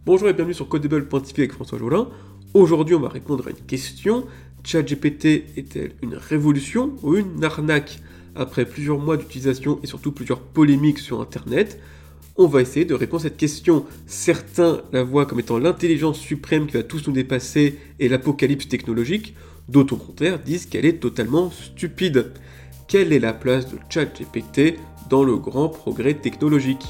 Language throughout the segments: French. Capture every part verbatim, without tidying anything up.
Bonjour et bienvenue sur Codable point t v avec François Jolin. Aujourd'hui, on va répondre à une question. ChatGPT est-elle une révolution ou une arnaque? Après plusieurs mois d'utilisation et surtout plusieurs polémiques sur Internet, on va essayer de répondre à cette question. Certains la voient comme étant l'intelligence suprême qui va tous nous dépasser et l'apocalypse technologique. D'autres, au contraire, disent qu'elle est totalement stupide. Quelle est la place de ChatGPT dans le grand progrès technologique?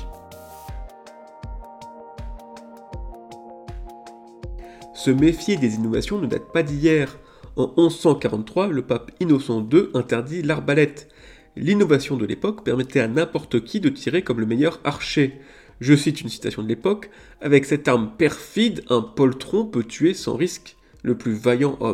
Se méfier des innovations ne date pas d'hier. En onze cent quarante-trois, le pape Innocent deux interdit l'arbalète. L'innovation de l'époque permettait à n'importe qui de tirer comme le meilleur archer. Je cite une citation de l'époque, « Avec cette arme perfide, un poltron peut tuer sans risque le plus vaillant homme ».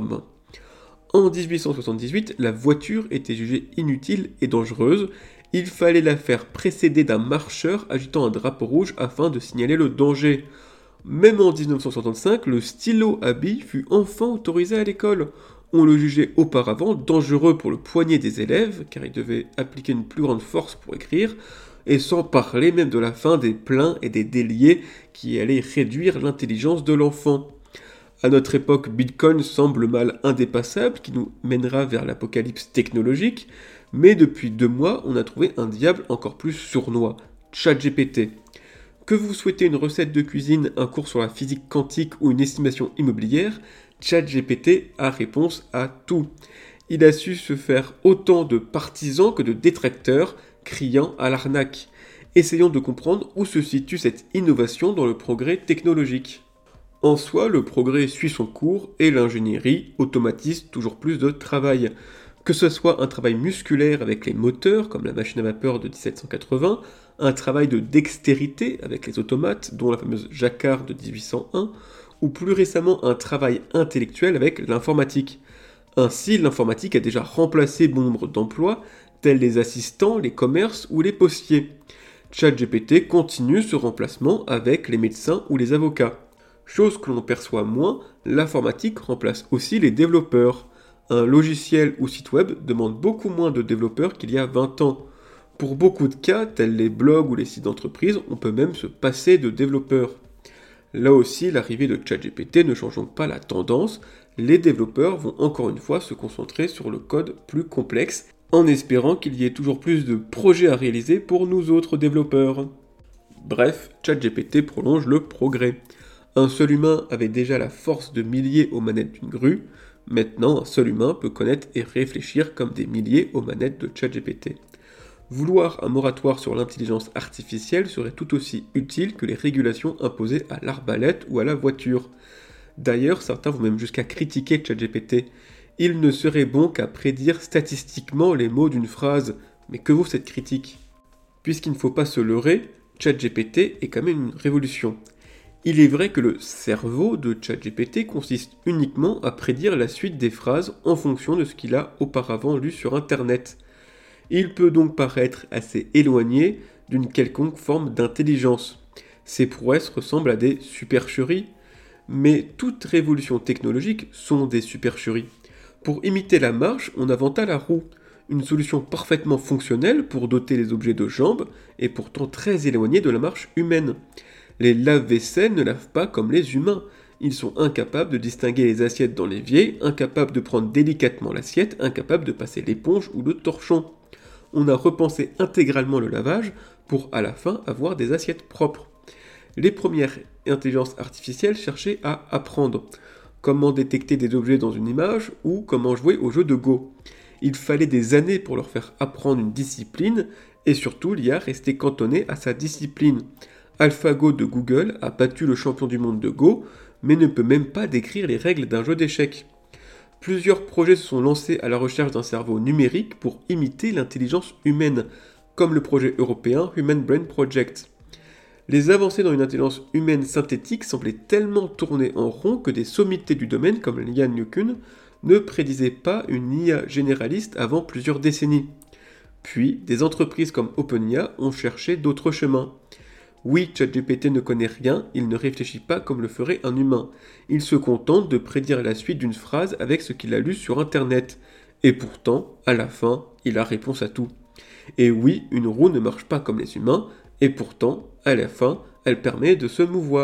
En dix-huit cent soixante-dix-huit, la voiture était jugée inutile et dangereuse. Il fallait la faire précéder d'un marcheur agitant un drapeau rouge afin de signaler le danger. Même en dix-neuf cent soixante-cinq, le stylo à billes fut enfin autorisé à l'école. On le jugeait auparavant dangereux pour le poignet des élèves, car il devait appliquer une plus grande force pour écrire, et sans parler même de la fin des pleins et des déliés qui allaient réduire l'intelligence de l'enfant. À notre époque, Bitcoin semble le mal indépassable qui nous mènera vers l'apocalypse technologique, mais depuis deux mois, on a trouvé un diable encore plus sournois, ChatGPT. Que vous souhaitez une recette de cuisine, un cours sur la physique quantique ou une estimation immobilière, ChatGPT a réponse à tout. Il a su se faire autant de partisans que de détracteurs, criant à l'arnaque. Essayons de comprendre où se situe cette innovation dans le progrès technologique. En soi, le progrès suit son cours et l'ingénierie automatise toujours plus de travail. Que ce soit un travail musculaire avec les moteurs, comme la machine à vapeur de dix-sept cent quatre-vingts, un travail de dextérité avec les automates, dont la fameuse Jacquard de dix-huit cent un, ou plus récemment un travail intellectuel avec l'informatique. Ainsi, l'informatique a déjà remplacé bon nombre d'emplois, tels les assistants, les commerces ou les postiers. ChatGPT continue ce remplacement avec les médecins ou les avocats. Chose que l'on perçoit moins, l'informatique remplace aussi les développeurs. Un logiciel ou site web demande beaucoup moins de développeurs qu'il y a vingt ans. Pour beaucoup de cas, tels les blogs ou les sites d'entreprise, on peut même se passer de développeurs. Là aussi, l'arrivée de ChatGPT ne change donc pas la tendance. Les développeurs vont encore une fois se concentrer sur le code plus complexe, en espérant qu'il y ait toujours plus de projets à réaliser pour nous autres développeurs. Bref, ChatGPT prolonge le progrès. Un seul humain avait déjà la force de milliers aux manettes d'une grue. Maintenant, un seul humain peut connaître et réfléchir comme des milliers aux manettes de ChatGPT. Vouloir un moratoire sur l'intelligence artificielle serait tout aussi utile que les régulations imposées à l'arbalète ou à la voiture. D'ailleurs, certains vont même jusqu'à critiquer ChatGPT. Il ne serait bon qu'à prédire statistiquement les mots d'une phrase. Mais que vaut cette critique? Puisqu'il ne faut pas se leurrer, ChatGPT est quand même une révolution. Il est vrai que le cerveau de ChatGPT consiste uniquement à prédire la suite des phrases en fonction de ce qu'il a auparavant lu sur Internet. Il peut donc paraître assez éloigné d'une quelconque forme d'intelligence. Ses prouesses ressemblent à des supercheries, mais toutes révolutions technologiques sont des supercheries. Pour imiter la marche, on inventa la roue, une solution parfaitement fonctionnelle pour doter les objets de jambes et pourtant très éloignée de la marche humaine. Les lave-vaisselle ne lavent pas comme les humains. Ils sont incapables de distinguer les assiettes dans l'évier, incapables de prendre délicatement l'assiette, incapables de passer l'éponge ou le torchon. On a repensé intégralement le lavage pour à la fin avoir des assiettes propres. Les premières intelligences artificielles cherchaient à apprendre. Comment détecter des objets dans une image ou comment jouer au jeu de Go. Il fallait des années pour leur faire apprendre une discipline et surtout l'I A restait cantonnée à sa discipline. AlphaGo de Google a battu le champion du monde de Go, mais ne peut même pas décrire les règles d'un jeu d'échecs. Plusieurs projets se sont lancés à la recherche d'un cerveau numérique pour imiter l'intelligence humaine, comme le projet européen Human Brain Project. Les avancées dans une intelligence humaine synthétique semblaient tellement tourner en rond que des sommités du domaine, comme Lian Liuqun, ne prédisaient pas une I A généraliste avant plusieurs décennies. Puis, des entreprises comme OpenAI ont cherché d'autres chemins. Oui, ChatGPT ne connaît rien, il ne réfléchit pas comme le ferait un humain. Il se contente de prédire la suite d'une phrase avec ce qu'il a lu sur Internet. Et pourtant, à la fin, il a réponse à tout. Et oui, une roue ne marche pas comme les humains, et pourtant, à la fin, elle permet de se mouvoir.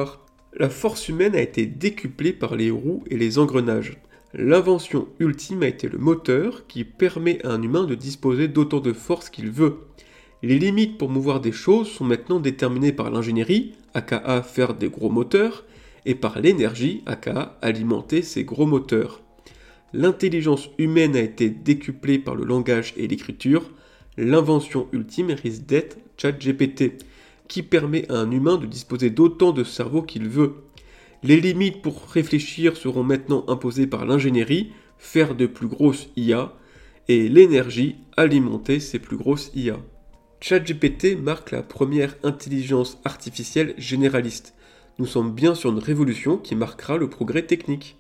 La force humaine a été décuplée par les roues et les engrenages. L'invention ultime a été le moteur qui permet à un humain de disposer d'autant de force qu'il veut. Les limites pour mouvoir des choses sont maintenant déterminées par l'ingénierie, aka faire des gros moteurs, et par l'énergie, aka alimenter ces gros moteurs. L'intelligence humaine a été décuplée par le langage et l'écriture. L'invention ultime risque d'être ChatGPT, qui permet à un humain de disposer d'autant de cerveau qu'il veut. Les limites pour réfléchir seront maintenant imposées par l'ingénierie, faire de plus grosses I A, et l'énergie, alimenter ces plus grosses I A. ChatGPT marque la première intelligence artificielle généraliste. Nous sommes bien sur une révolution qui marquera le progrès technique.